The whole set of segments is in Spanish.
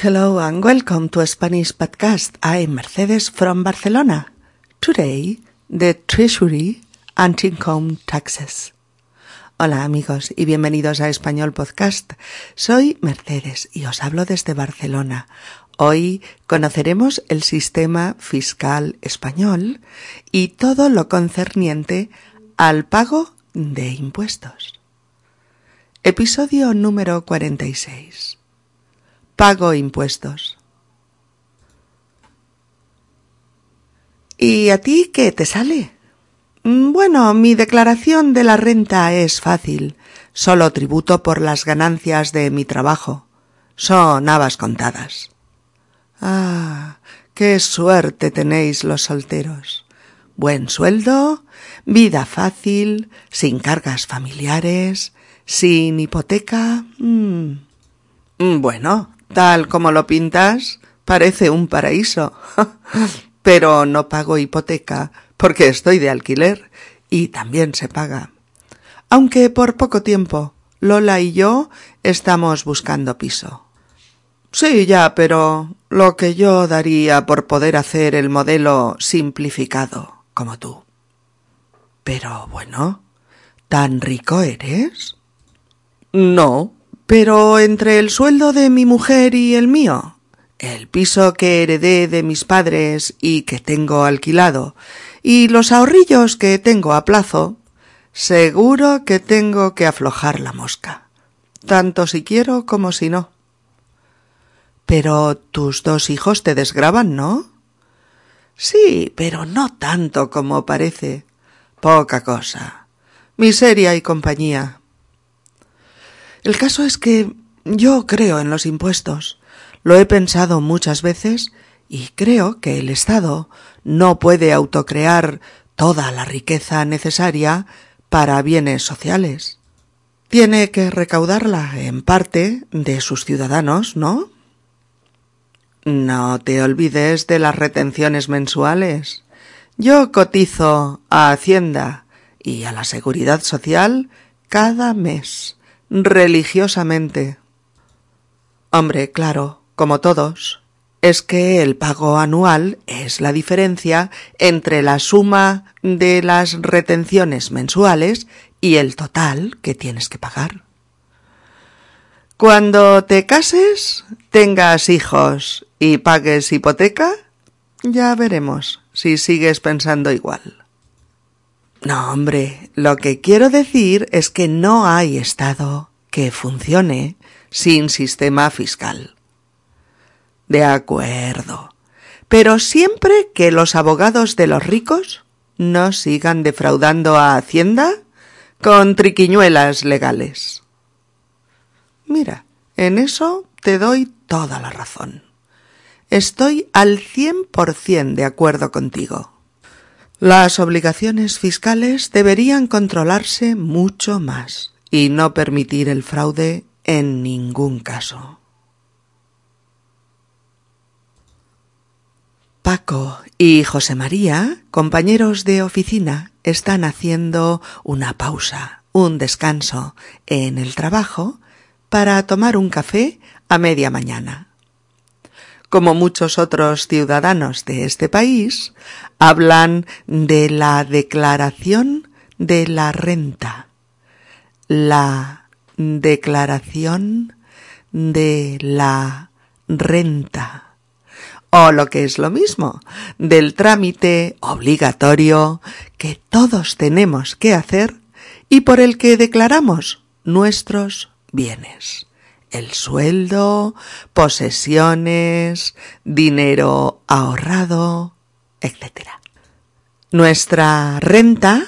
Hello and welcome to Spanish Podcast. I'm Mercedes from Barcelona. Today, the Treasury and Income Taxes. Hola amigos y bienvenidos a Español Podcast. Soy Mercedes y os hablo desde Barcelona. Hoy conoceremos el sistema fiscal español y todo lo concerniente al pago de impuestos. Episodio número 46. Pago impuestos. ¿Y a ti qué te sale? Bueno, mi declaración de la renta es fácil. Solo tributo por las ganancias de mi trabajo. Son habas contadas. Ah, qué suerte tenéis los solteros. Buen sueldo, vida fácil, sin cargas familiares, sin hipoteca. Bueno, tal como lo pintas, parece un paraíso. Pero no pago hipoteca porque estoy de alquiler y también se paga. Aunque por poco tiempo, Lola y yo estamos buscando piso. Sí, ya, pero lo que yo daría por poder hacer el modelo simplificado, como tú. Pero bueno, ¿tan rico eres? No, pero entre el sueldo de mi mujer y el mío, el piso que heredé de mis padres y que tengo alquilado, y los ahorrillos que tengo a plazo, seguro que tengo que aflojar la mosca, tanto si quiero como si no. Pero tus 2 hijos te desgravan, ¿no? Sí, pero no tanto como parece. Poca cosa. Miseria y compañía. El caso es que yo creo en los impuestos. Lo he pensado muchas veces y creo que el Estado no puede autocrear toda la riqueza necesaria para bienes sociales. Tiene que recaudarla en parte de sus ciudadanos, ¿no? No te olvides de las retenciones mensuales. Yo cotizo a Hacienda y a la Seguridad Social cada mes, religiosamente. Hombre, claro, como todos, es que el pago anual es la diferencia entre la suma de las retenciones mensuales y el total que tienes que pagar. Cuando te cases, tengas hijos y pagues hipoteca, ya veremos si sigues pensando igual. No, hombre, lo que quiero decir es que no hay Estado que funcione sin sistema fiscal. De acuerdo, pero siempre que los abogados de los ricos no sigan defraudando a Hacienda con triquiñuelas legales. Mira, en eso te doy toda la razón. Estoy al 100% de acuerdo contigo. Las obligaciones fiscales deberían controlarse mucho más y no permitir el fraude en ningún caso. Paco y José María, compañeros de oficina, están haciendo una pausa, un descanso en el trabajo para tomar un café a media mañana. Como muchos otros ciudadanos de este país, hablan de la declaración de la renta. La declaración de la renta. O lo que es lo mismo, del trámite obligatorio que todos tenemos que hacer y por el que declaramos nuestros bienes. El sueldo, posesiones, dinero ahorrado, etc. Nuestra renta,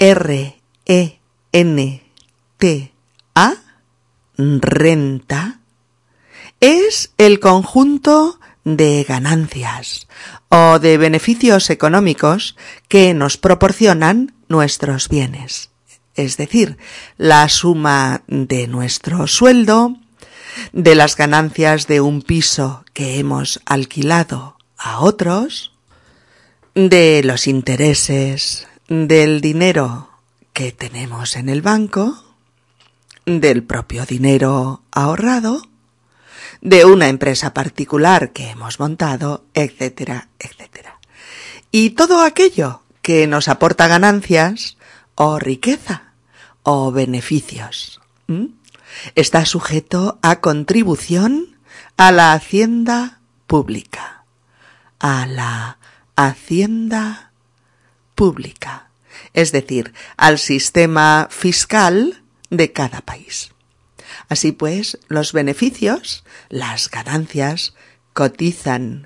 R-E-N-T-A, renta, es el conjunto de ganancias o de beneficios económicos que nos proporcionan nuestros bienes. Es decir, la suma de nuestro sueldo, de las ganancias de un piso que hemos alquilado a otros, de los intereses, del dinero que tenemos en el banco, del propio dinero ahorrado, de una empresa particular que hemos montado, etcétera, etcétera. Y todo aquello que nos aporta ganancias o riqueza o beneficios está sujeto a contribución a la hacienda pública. A la hacienda pública, es decir, al sistema fiscal de cada país. Así pues, los beneficios, las ganancias, cotizan,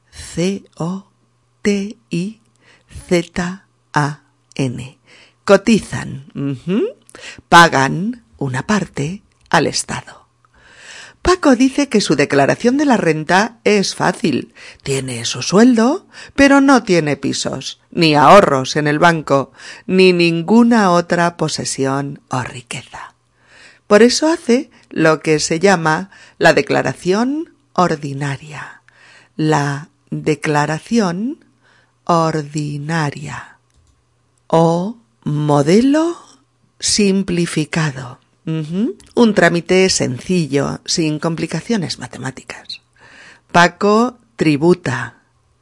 C-O-T-I-Z-A-N, cotizan, pagan una parte al Estado. Paco dice que su declaración de la renta es fácil. Tiene su sueldo, pero no tiene pisos, ni ahorros en el banco, ni ninguna otra posesión o riqueza. Por eso hace lo que se llama la declaración ordinaria. La declaración ordinaria. O modelo simplificado. Un trámite sencillo, sin complicaciones matemáticas. Paco tributa.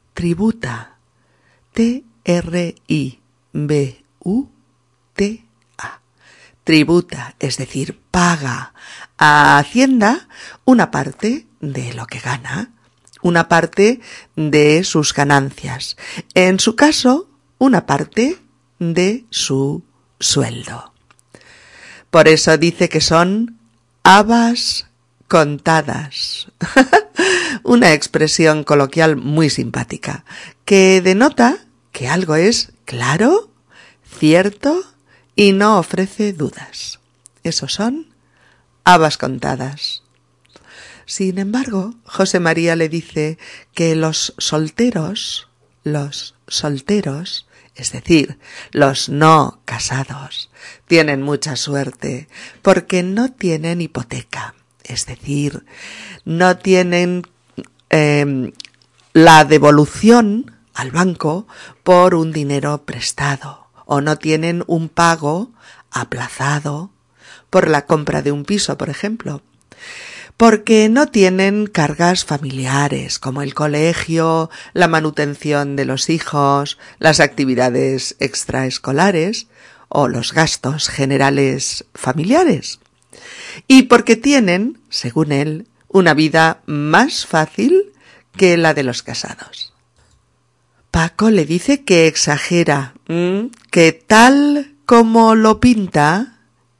T-R-I-B-U-T-A. Tributa, es decir, paga a Hacienda una parte de lo que gana, una parte de sus ganancias. En su caso, una parte de su sueldo. Por eso dice que son habas contadas. Una expresión coloquial muy simpática, que denota que algo es claro, cierto y no ofrece dudas. Esos son habas contadas. Sin embargo, José María le dice que los solteros, es decir, los no casados, tienen mucha suerte porque no tienen hipoteca, es decir, no tienen la devolución al banco por un dinero prestado o no tienen un pago aplazado por la compra de un piso, por ejemplo. Porque no tienen cargas familiares como el colegio, la manutención de los hijos, las actividades extraescolares o los gastos generales familiares. Y porque tienen, según él, una vida más fácil que la de los casados. Paco le dice que exagera, que tal como lo pinta,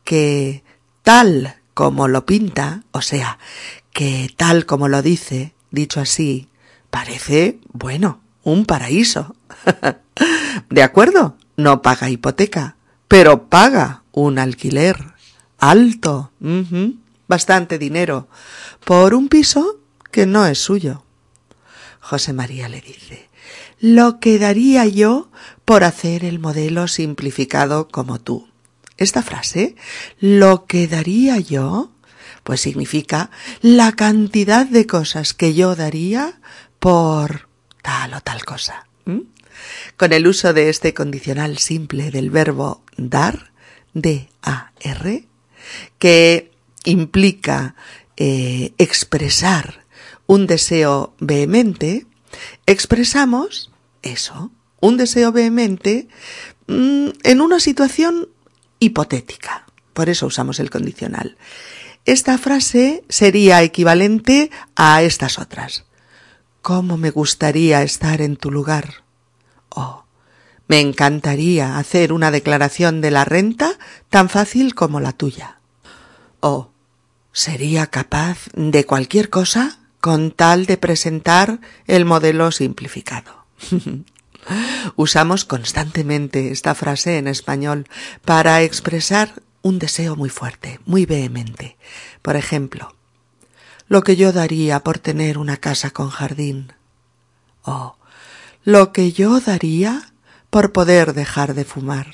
o sea, que tal como lo dice, dicho así, parece, bueno, un paraíso. De acuerdo, no paga hipoteca, pero paga un alquiler alto, bastante dinero, por un piso que no es suyo. José María le dice, lo que daría yo por hacer el modelo simplificado como tú. Esta frase, lo que daría yo, pues significa la cantidad de cosas que yo daría por tal o tal cosa. Con el uso de este condicional simple del verbo dar, D-A-R, que implica expresar un deseo vehemente, expresamos eso, un deseo vehemente en una situación hipotética. Por eso usamos el condicional. Esta frase sería equivalente a estas otras. ¿Cómo me gustaría estar en tu lugar? O me encantaría hacer una declaración de la renta tan fácil como la tuya. O sería capaz de cualquier cosa con tal de presentar el modelo simplificado. Usamos constantemente esta frase en español para expresar un deseo muy fuerte, muy vehemente. Por ejemplo, lo que yo daría por tener una casa con jardín. O lo que yo daría por poder dejar de fumar.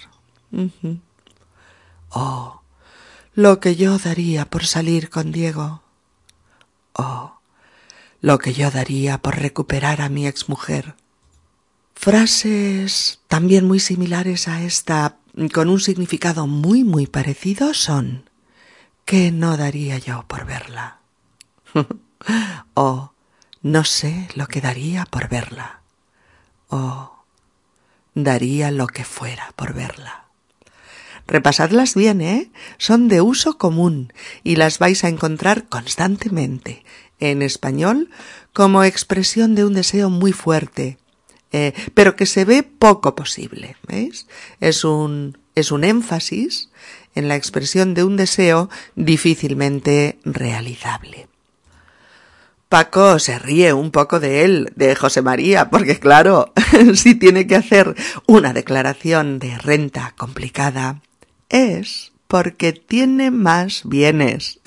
O lo que yo daría por salir con Diego. O lo que yo daría por recuperar a mi exmujer. Frases también muy similares a esta, con un significado muy, muy parecido, son ¿qué no daría yo por verla? O no sé lo que daría por verla. O daría lo que fuera por verla. Repasadlas bien, ¿eh? Son de uso común y las vais a encontrar constantemente en español como expresión de un deseo muy fuerte, pero que se ve poco posible, ¿veis? Es un énfasis en la expresión de un deseo difícilmente realizable. Paco se ríe un poco de él, de José María, porque claro, si tiene que hacer una declaración de renta complicada, es porque tiene más bienes,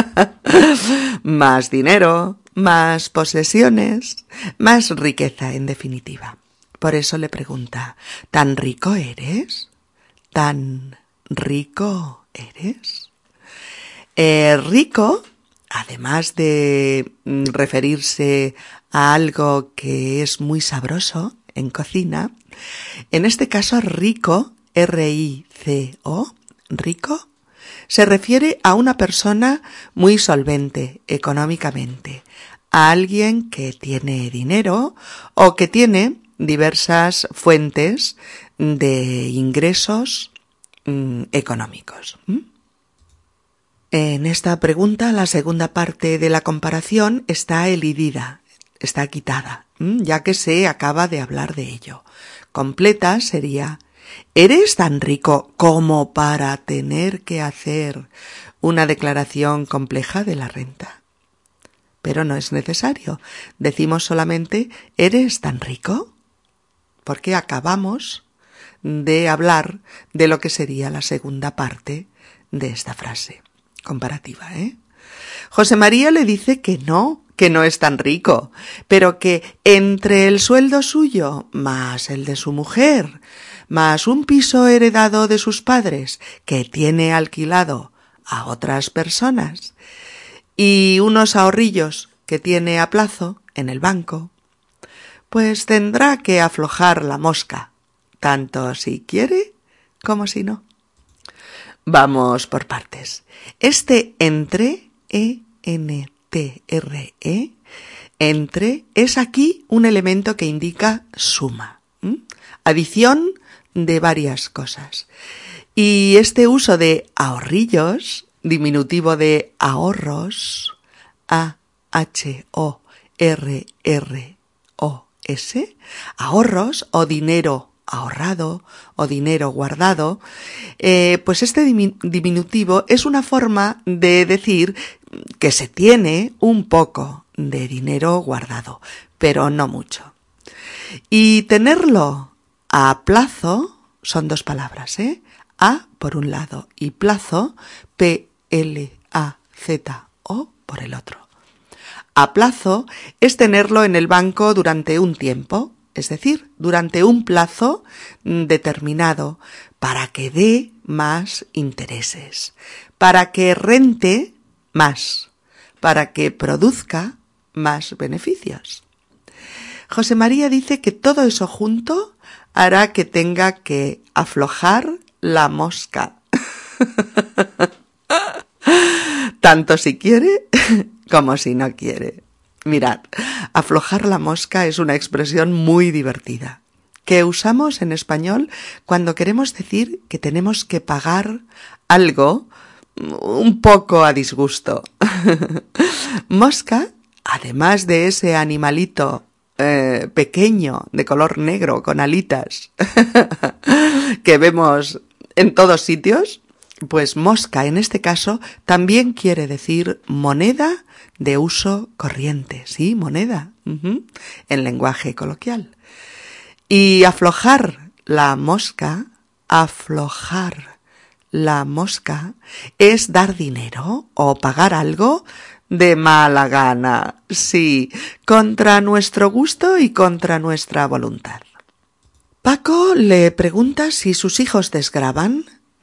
más dinero, más posesiones, más riqueza en definitiva. Por eso le pregunta, ¿tan rico eres? ¿Tan rico eres? Rico, además de referirse a algo que es muy sabroso en cocina, en este caso rico, R-I-C-O, rico, se refiere a una persona muy solvente económicamente, a alguien que tiene dinero o que tiene diversas fuentes de ingresos económicos. En esta pregunta, la segunda parte de la comparación está elidida, está quitada, ya que se acaba de hablar de ello. Completa sería: ¿eres tan rico como para tener que hacer una declaración compleja de la renta? Pero no es necesario. Decimos solamente ¿eres tan rico? Porque acabamos de hablar de lo que sería la segunda parte de esta frase comparativa, ¿eh? José María le dice que no es tan rico, pero que entre el sueldo suyo más el de su mujer, más un piso heredado de sus padres que tiene alquilado a otras personas y unos ahorrillos que tiene a plazo en el banco, pues tendrá que aflojar la mosca, tanto si quiere como si no. Vamos por partes. Este entre, E-N-T-R-E, entre, es aquí un elemento que indica suma, adición de varias cosas. Y este uso de ahorrillos, diminutivo de ahorros, A-H-O-R-R-O-S, ahorros o dinero ahorrado o dinero guardado, pues este diminutivo es una forma de decir que se tiene un poco de dinero guardado, pero no mucho. Y tenerlo a plazo son dos palabras, A por un lado y plazo, P-L-A-Z-O por el otro. A plazo es tenerlo en el banco durante un tiempo, es decir, durante un plazo determinado, para que dé más intereses, para que rente más, para que produzca más beneficios. José María dice que todo eso junto hará que tenga que aflojar la mosca. Tanto si quiere como si no quiere. Mirad, aflojar la mosca es una expresión muy divertida, que usamos en español cuando queremos decir que tenemos que pagar algo un poco a disgusto. Mosca, además de ese animalito pequeño de color negro con alitas que vemos en todos sitios, pues mosca en este caso también quiere decir moneda de uso corriente, sí, moneda, en lenguaje coloquial. Y aflojar la mosca es dar dinero o pagar algo de mala gana, sí, contra nuestro gusto y contra nuestra voluntad. Paco le pregunta si sus hijos desgravan,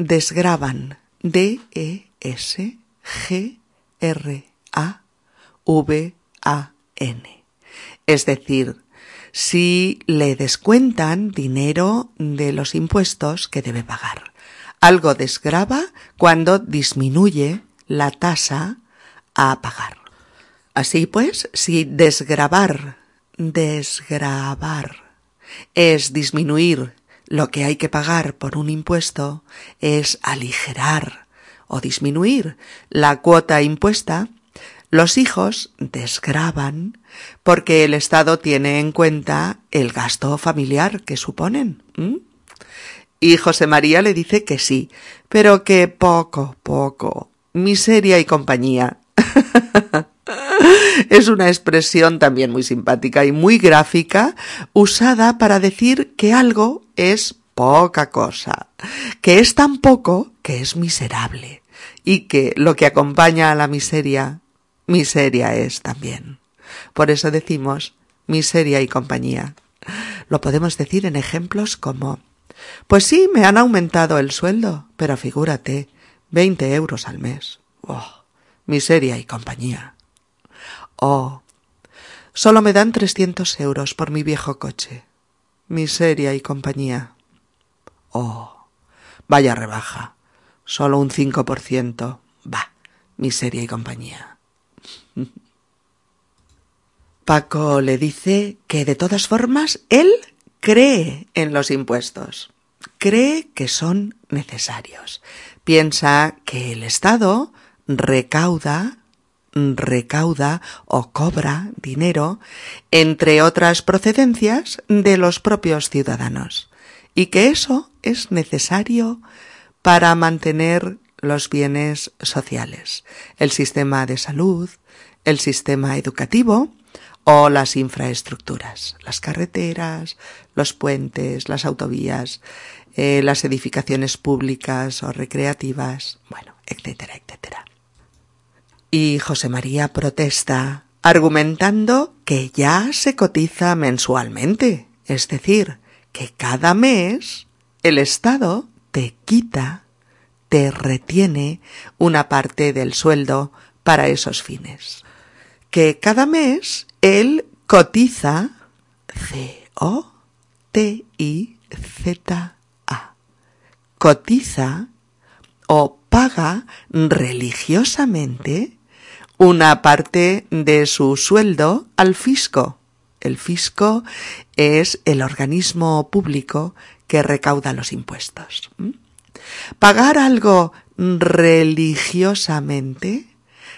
D-E-S-G-R-A-V-A-N. Es decir, si le descuentan dinero de los impuestos que debe pagar. Algo desgrava cuando disminuye la tasa a pagar. Así pues, si desgravar es disminuir lo que hay que pagar por un impuesto, es aligerar o disminuir la cuota impuesta, los hijos desgravan porque el Estado tiene en cuenta el gasto familiar que suponen. Y José María le dice que sí, pero que poco, miseria y compañía. Es una expresión también muy simpática y muy gráfica, usada para decir que algo es poca cosa, que es tan poco que es miserable, y que lo que acompaña a la miseria es también. Por eso decimos miseria y compañía. Lo podemos decir en ejemplos como: pues sí, me han aumentado el sueldo, pero figúrate, 20 euros al mes. Oh, miseria y compañía. Oh, solo me dan 300 euros por mi viejo coche. Miseria y compañía. Oh, vaya rebaja. Solo un 5%. Bah, miseria y compañía. Paco le dice que de todas formas él cree en los impuestos. Cree que son necesarios. Piensa que el Estado recauda o cobra dinero, entre otras procedencias, de los propios ciudadanos, y que eso es necesario para mantener los bienes sociales, el sistema de salud, el sistema educativo o las infraestructuras, las carreteras, los puentes, las autovías, las edificaciones públicas o recreativas, bueno, etcétera, etcétera. Y José María protesta, argumentando que ya se cotiza mensualmente, es decir, que cada mes el Estado te retiene una parte del sueldo para esos fines. Que cada mes él cotiza, C-O-T-I-Z-A, cotiza o paga religiosamente una parte de su sueldo al fisco. El fisco es el organismo público que recauda los impuestos. Pagar algo religiosamente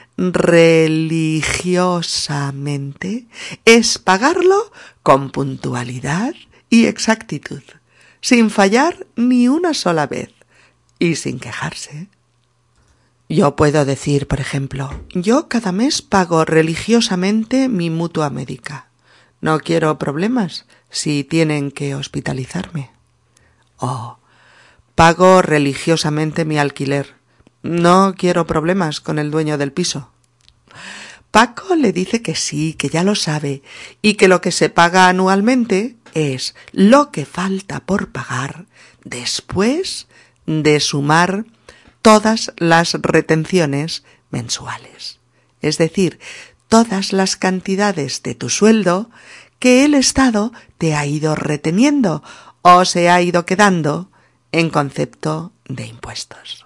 es pagarlo con puntualidad y exactitud, sin fallar ni una sola vez y sin quejarse. Yo puedo decir, por ejemplo, yo cada mes pago religiosamente mi mutua médica. No quiero problemas si tienen que hospitalizarme. O pago religiosamente mi alquiler. No quiero problemas con el dueño del piso. Paco le dice que sí, que ya lo sabe, y que lo que se paga anualmente es lo que falta por pagar después de sumar todas las retenciones mensuales. Es decir, todas las cantidades de tu sueldo que el Estado te ha ido reteniendo o se ha ido quedando en concepto de impuestos.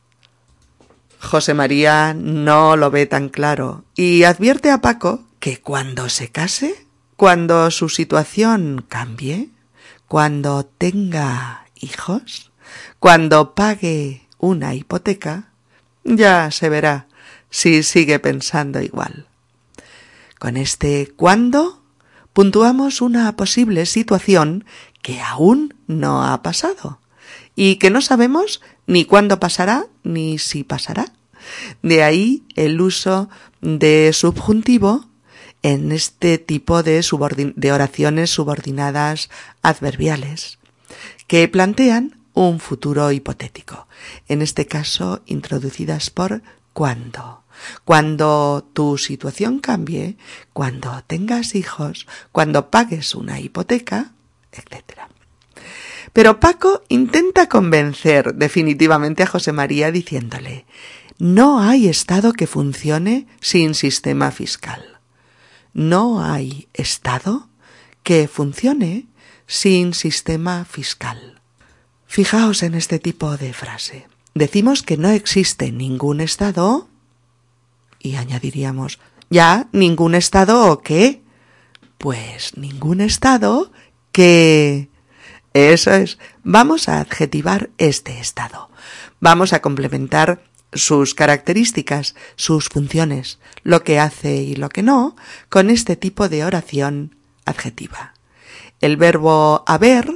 José María no lo ve tan claro y advierte a Paco que cuando se case, cuando su situación cambie, cuando tenga hijos, cuando pague una hipoteca, ya se verá si sigue pensando igual. Con este cuándo puntuamos una posible situación que aún no ha pasado y que no sabemos ni cuándo pasará ni si pasará. De ahí el uso de subjuntivo en este tipo de oraciones subordinadas adverbiales que plantean un futuro hipotético, en este caso introducidas por cuando. Cuando tu situación cambie, cuando tengas hijos, cuando pagues una hipoteca, etc. Pero Paco intenta convencer definitivamente a José María diciéndole: no hay Estado que funcione sin sistema fiscal. No hay Estado que funcione sin sistema fiscal. Fijaos en este tipo de frase. Decimos que no existe ningún Estado y añadiríamos ¿Ya? ¿Ningún estado o qué? Pues ningún estado que... Eso es. Vamos a adjetivar este estado. Vamos a complementar sus características, sus funciones, lo que hace y lo que no, con este tipo de oración adjetiva. El verbo haber,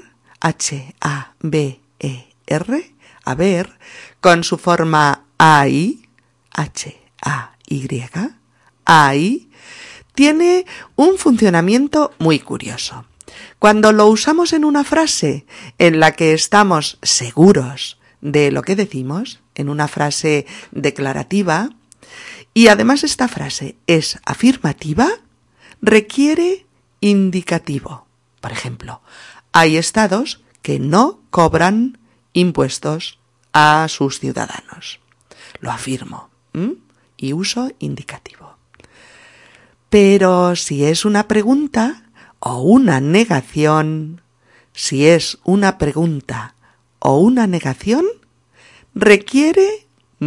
H-A-B-E-R, haber, con su forma hay, H-A-Y, hay, tiene un funcionamiento muy curioso. Cuando lo usamos en una frase en la que estamos seguros de lo que decimos, en una frase declarativa, y además esta frase es afirmativa, requiere indicativo. Por ejemplo, hay estados que no cobran impuestos a sus ciudadanos. Lo afirmo. Y uso indicativo. Pero si es una pregunta o una negación, si es una pregunta o una negación, requiere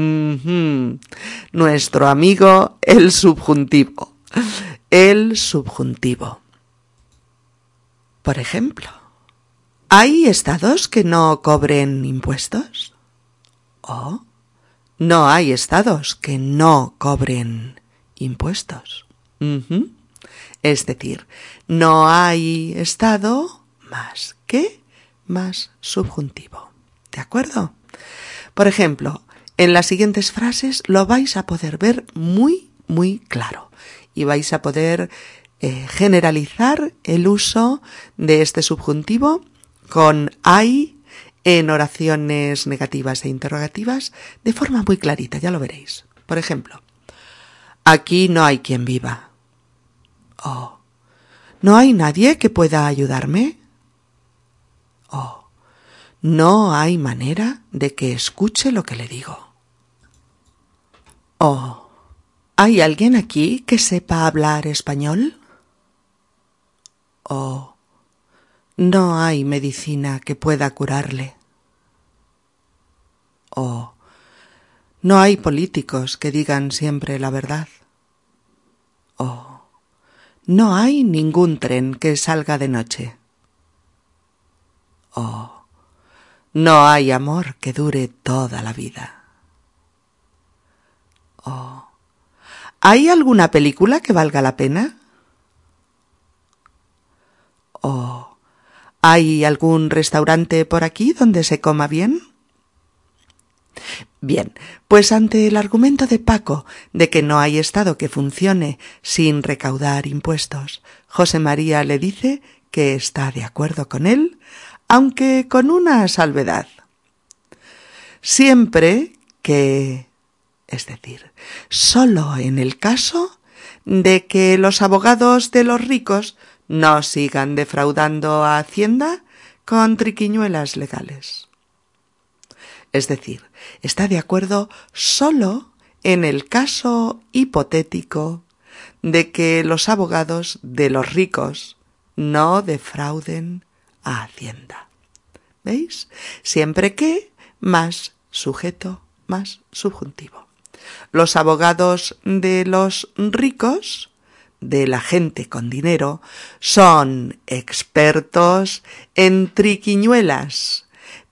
nuestro amigo el subjuntivo. El subjuntivo. Por ejemplo, ¿hay estados que no cobren impuestos? ¿O no hay estados que no cobren impuestos? Es decir, no hay estado más que más subjuntivo. ¿De acuerdo? Por ejemplo, en las siguientes frases lo vais a poder ver muy, muy claro y vais a poder generalizar el uso de este subjuntivo con hay en oraciones negativas e interrogativas de forma muy clarita, ya lo veréis. Por ejemplo, aquí no hay quien viva. Oh, ¿no hay nadie que pueda ayudarme? Oh, no hay manera de que escuche lo que le digo. Oh, ¿hay alguien aquí que sepa hablar español? Oh, no hay medicina que pueda curarle. Oh, no hay políticos que digan siempre la verdad. Oh, no hay ningún tren que salga de noche. Oh, no hay amor que dure toda la vida. Oh, ¿hay alguna película que valga la pena? Oh, ¿hay algún restaurante por aquí donde se coma bien? Bien, pues ante el argumento de Paco de que no hay Estado que funcione sin recaudar impuestos, José María le dice que está de acuerdo con él, aunque con una salvedad. Siempre que, es decir, solo en el caso de que los abogados de los ricos no sigan defraudando a Hacienda con triquiñuelas legales. Es decir, está de acuerdo solo en el caso hipotético de que los abogados de los ricos no defrauden a Hacienda. ¿Veis? Siempre que más sujeto más subjuntivo. Los abogados de los ricos, de la gente con dinero, son expertos en triquiñuelas.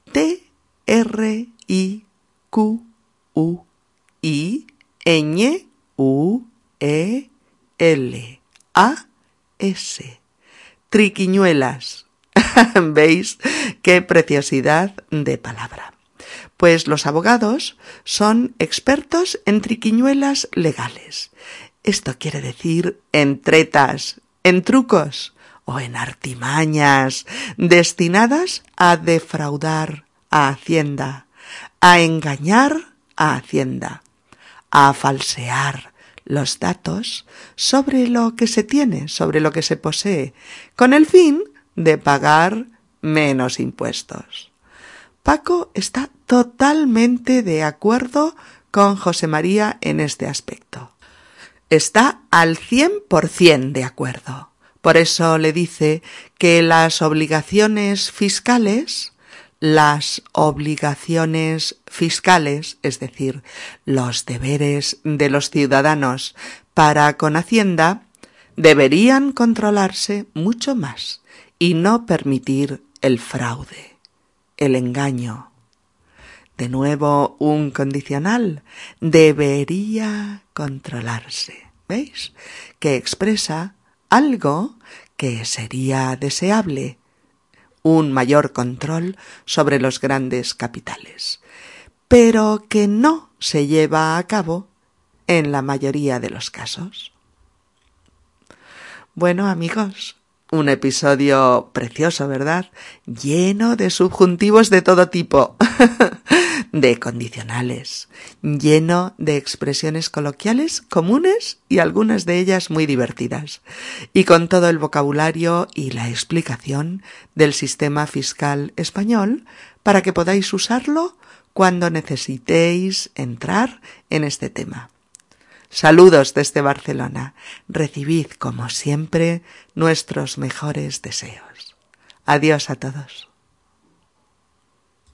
T-R-I-Q-U-I-Ñ-U-E-L-A-S. Triquiñuelas. ¿Veis qué preciosidad de palabra? Pues los abogados son expertos en triquiñuelas legales. Esto quiere decir en tretas, en trucos o en artimañas destinadas a defraudar a Hacienda, a engañar a Hacienda, a falsear los datos sobre lo que se tiene, sobre lo que se posee, con el fin de pagar menos impuestos. Paco está totalmente de acuerdo con José María en este aspecto. Está al 100% de acuerdo. Por eso le dice que las obligaciones fiscales, es decir, los deberes de los ciudadanos para con Hacienda deberían controlarse mucho más y no permitir el fraude, el engaño. De nuevo, un condicional. Debería controlarse. ¿Veis? Que expresa algo que sería deseable. Un mayor control sobre los grandes capitales. Pero que no se lleva a cabo en la mayoría de los casos. Bueno, amigos, un episodio precioso, ¿verdad? Lleno de subjuntivos de todo tipo, de condicionales, lleno de expresiones coloquiales comunes y algunas de ellas muy divertidas, y con todo el vocabulario y la explicación del sistema fiscal español para que podáis usarlo cuando necesitéis entrar en este tema. Saludos desde Barcelona. Recibid, como siempre, nuestros mejores deseos. Adiós a todos.